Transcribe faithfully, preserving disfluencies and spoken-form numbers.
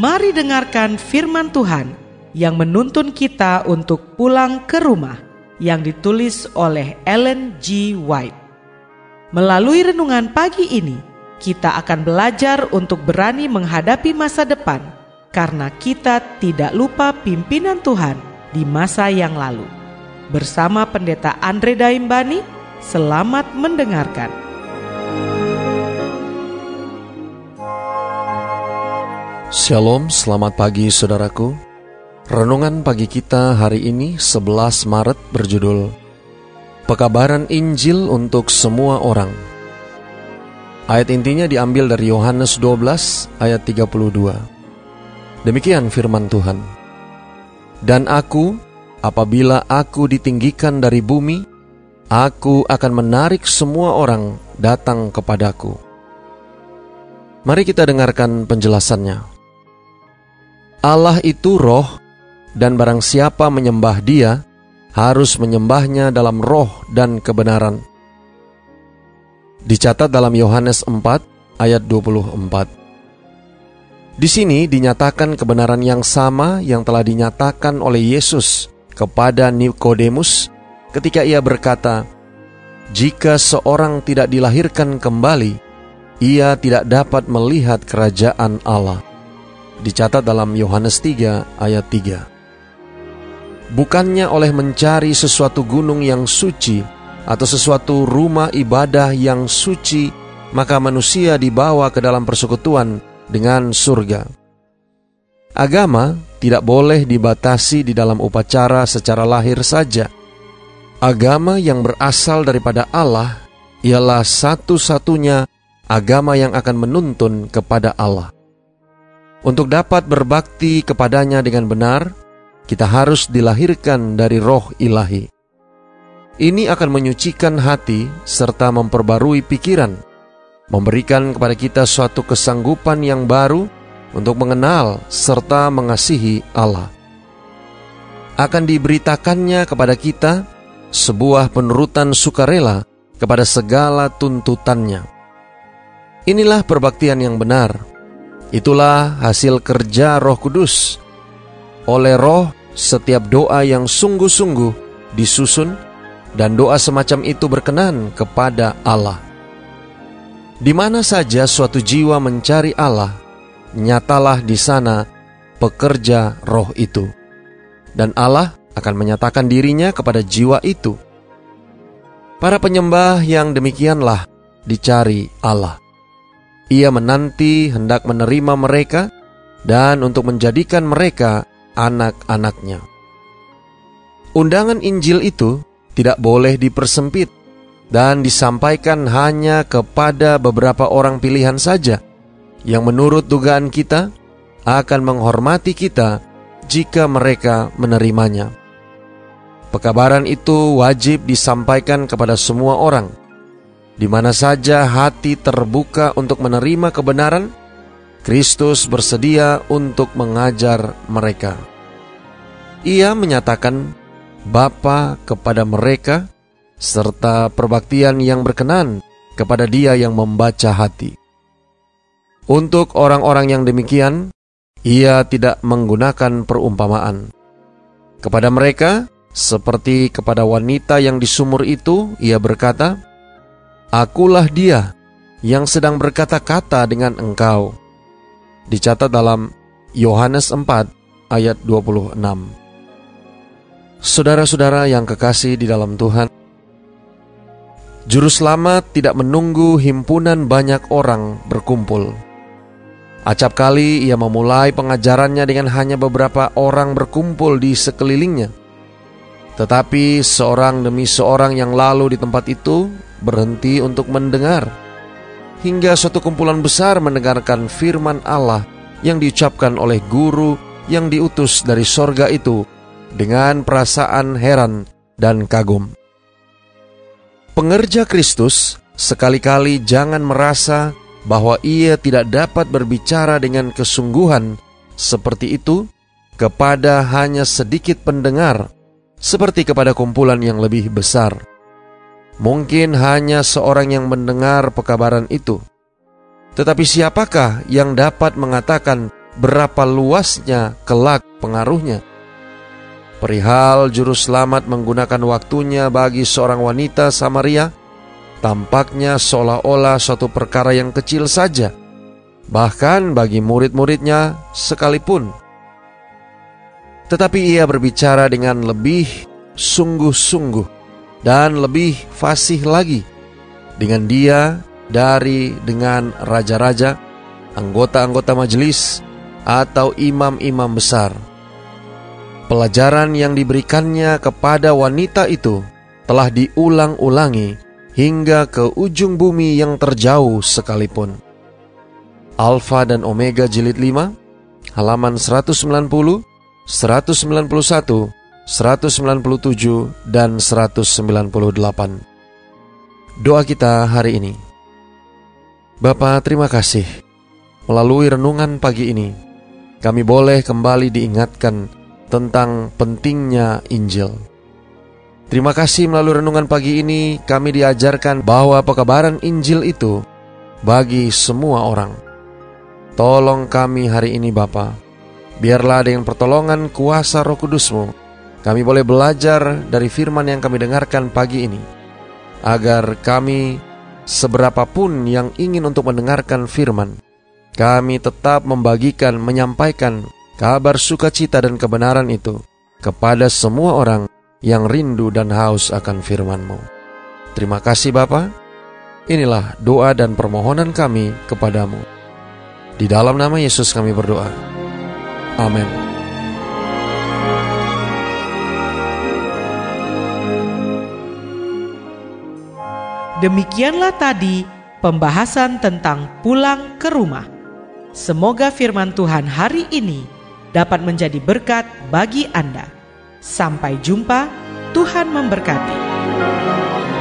Mari dengarkan firman Tuhan yang menuntun kita untuk pulang ke rumah, yang ditulis oleh Ellen G. White. Melalui renungan pagi ini, kita akan belajar untuk berani menghadapi masa depan, karena kita tidak lupa pimpinan Tuhan di masa yang lalu. Bersama Pendeta Andre Daimbani, selamat mendengarkan. Shalom, selamat pagi saudaraku. Renungan pagi kita hari ini sebelas Maret berjudul Pekabaran Injil untuk semua orang. Ayat intinya diambil dari Yohanes dua belas ayat tiga puluh dua. Demikian firman Tuhan. Dan aku, apabila aku ditinggikan dari bumi, aku akan menarik semua orang datang kepadaku. Mari kita dengarkan penjelasannya. Allah itu roh, dan barang siapa menyembah Dia, harus menyembahnya dalam roh dan kebenaran. Dicatat dalam Yohanes empat ayat dua puluh empat. Di sini dinyatakan kebenaran yang sama yang telah dinyatakan oleh Yesus kepada Nikodemus ketika ia berkata, "Jika seorang tidak dilahirkan kembali, ia tidak dapat melihat kerajaan Allah." Dicatat dalam Yohanes tiga ayat tiga. Bukannya oleh mencari sesuatu gunung yang suci atau sesuatu rumah ibadah yang suci, maka manusia dibawa ke dalam persekutuan dengan surga. Agama tidak boleh dibatasi di dalam upacara secara lahir saja. Agama yang berasal daripada Allah ialah satu-satunya agama yang akan menuntun kepada Allah. Untuk dapat berbakti kepadanya dengan benar, kita harus dilahirkan dari roh ilahi. Ini akan menyucikan hati serta memperbarui pikiran, memberikan kepada kita suatu kesanggupan yang baru untuk mengenal serta mengasihi Allah. Akan diberitakannya kepada kita sebuah penurutan sukarela kepada segala tuntutannya. Inilah perbaktian yang benar. Itulah hasil kerja Roh Kudus. Oleh Roh, setiap doa yang sungguh-sungguh disusun, dan doa semacam itu berkenan kepada Allah. Di mana saja suatu jiwa mencari Allah, nyatalah di sana pekerja Roh itu, dan Allah akan menyatakan dirinya kepada jiwa itu. Para penyembah yang demikianlah dicari Allah. Ia menanti hendak menerima mereka dan untuk menjadikan mereka anak-anaknya. Undangan Injil itu tidak boleh dipersempit dan disampaikan hanya kepada beberapa orang pilihan saja yang menurut dugaan kita akan menghormati kita jika mereka menerimanya. Pekabaran itu wajib disampaikan kepada semua orang. Di mana saja hati terbuka untuk menerima kebenaran, Kristus bersedia untuk mengajar mereka. Ia menyatakan Bapa kepada mereka, serta perbaktian yang berkenan kepada Dia yang membaca hati. Untuk orang-orang yang demikian, Ia tidak menggunakan perumpamaan. Kepada mereka, seperti kepada wanita yang di sumur itu, Ia berkata, "Akulah Dia yang sedang berkata-kata dengan engkau." Dicatat dalam Yohanes empat ayat dua puluh enam. Saudara-saudara yang kekasih di dalam Tuhan, Juru Selamat tidak menunggu himpunan banyak orang berkumpul. Acap kali ia memulai pengajarannya dengan hanya beberapa orang berkumpul di sekelilingnya. Tetapi seorang demi seorang yang lalu di tempat itu berhenti untuk mendengar, hingga suatu kumpulan besar mendengarkan firman Allah yang diucapkan oleh guru yang diutus dari sorga itu dengan perasaan heran dan kagum. Pengerja Kristus sekali-kali jangan merasa bahwa ia tidak dapat berbicara dengan kesungguhan seperti itu kepada hanya sedikit pendengar, seperti kepada kumpulan yang lebih besar. Mungkin hanya seorang yang mendengar pekabaran itu. Tetapi siapakah yang dapat mengatakan berapa luasnya kelak pengaruhnya. Perihal juru selamat menggunakan waktunya bagi seorang wanita Samaria, tampaknya seolah-olah suatu perkara yang kecil saja, bahkan bagi murid-muridnya sekalipun. Tetapi ia berbicara dengan lebih sungguh-sungguh dan lebih fasih lagi dengan dia dari dengan raja-raja, anggota-anggota majelis, atau imam-imam besar. Pelajaran yang diberikannya kepada wanita itu telah diulang-ulangi hingga ke ujung bumi yang terjauh sekalipun. Alfa dan Omega jilid lima, halaman seratus sembilan puluh, seratus sembilan puluh satu, seratus sembilan puluh tujuh, dan seratus sembilan puluh delapan. Doa kita hari ini. Bapa, terima kasih. Melalui renungan pagi ini, kami boleh kembali diingatkan tentang pentingnya Injil. Terima kasih melalui renungan pagi ini kami diajarkan bahwa pekabaran Injil itu bagi semua orang. Tolong kami hari ini Bapa, biarlah dengan pertolongan kuasa Roh Kudus-Mu, kami boleh belajar dari firman yang kami dengarkan pagi ini, agar kami seberapapun yang ingin untuk mendengarkan firman, kami tetap membagikan, menyampaikan kabar sukacita dan kebenaran itu kepada semua orang yang rindu dan haus akan firman-Mu. Terima kasih Bapa. Inilah doa dan permohonan kami kepadamu. Di dalam nama Yesus kami berdoa. Amin. Demikianlah tadi pembahasan tentang pulang ke rumah. Semoga firman Tuhan hari ini dapat menjadi berkat bagi Anda. Sampai jumpa, Tuhan memberkati.